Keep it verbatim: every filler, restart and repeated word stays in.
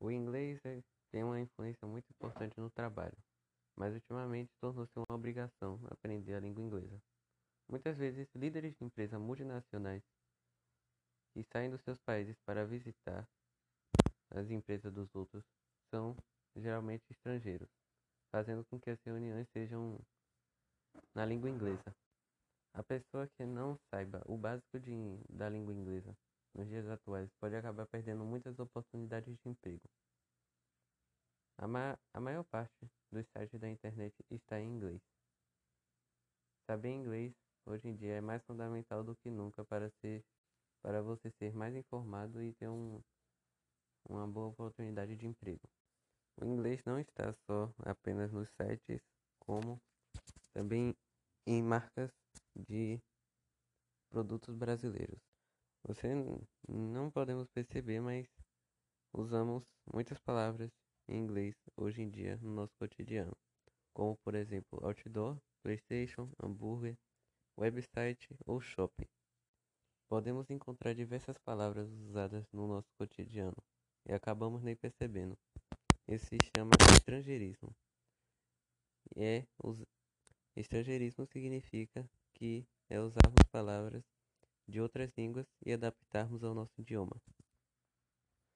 O inglês é- tem uma influência muito importante no trabalho, mas ultimamente tornou-se uma obrigação aprender a língua inglesa. Muitas vezes, líderes de empresas multinacionais que saem dos seus países para visitar as empresas dos outros são geralmente estrangeiros, fazendo com que as reuniões sejam na língua inglesa. A pessoa que não saiba o básico de, da língua inglesa nos dias atuais pode acabar perdendo muitas oportunidades de emprego. A, ma a maior parte dos sites da internet está em inglês. Saber inglês hoje em dia é mais fundamental do que nunca para ser, para você ser mais informado e ter um, uma boa oportunidade de emprego. O inglês não está só apenas nos sites, como também em marcas de produtos brasileiros. Você n- não podemos perceber, mas usamos muitas palavras em inglês hoje em dia no nosso cotidiano, como por exemplo outdoor, PlayStation, hambúrguer, website ou shopping. Podemos encontrar diversas palavras usadas no nosso cotidiano e acabamos nem percebendo. Isso se chama estrangeirismo. E é us- estrangeirismo significa que é usarmos palavras de outras línguas e adaptarmos ao nosso idioma.